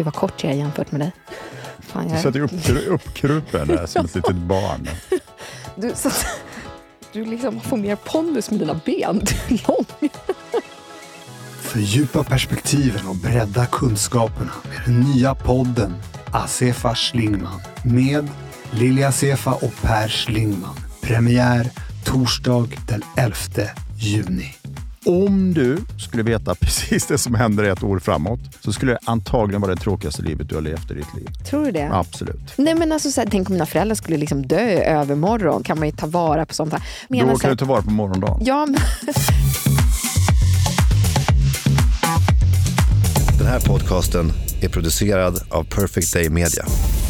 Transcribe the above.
Gud vad kort jag är jämfört med dig. Fan, Du sätter uppkrupen där som ett litet barn. Du liksom får mer pondus med dina ben. Du är lång. Fördjupa perspektiven och bredda kunskaperna med den nya podden Asefa Schlingmann med Lilja Sefa och Per Schlingmann. Premiär torsdag den 11 juni. Om du skulle veta precis det som händer ett år framåt så skulle det antagligen vara det tråkigaste livet du har levt i ditt liv. Tror du det? Absolut. Nej men alltså så här, tänk om mina föräldrar skulle liksom dö övermorgon. Kan man ju ta vara på sånt här. Då kan du ta vara på morgondagen. Ja, men... Den här podcasten är producerad av Perfect Day Media.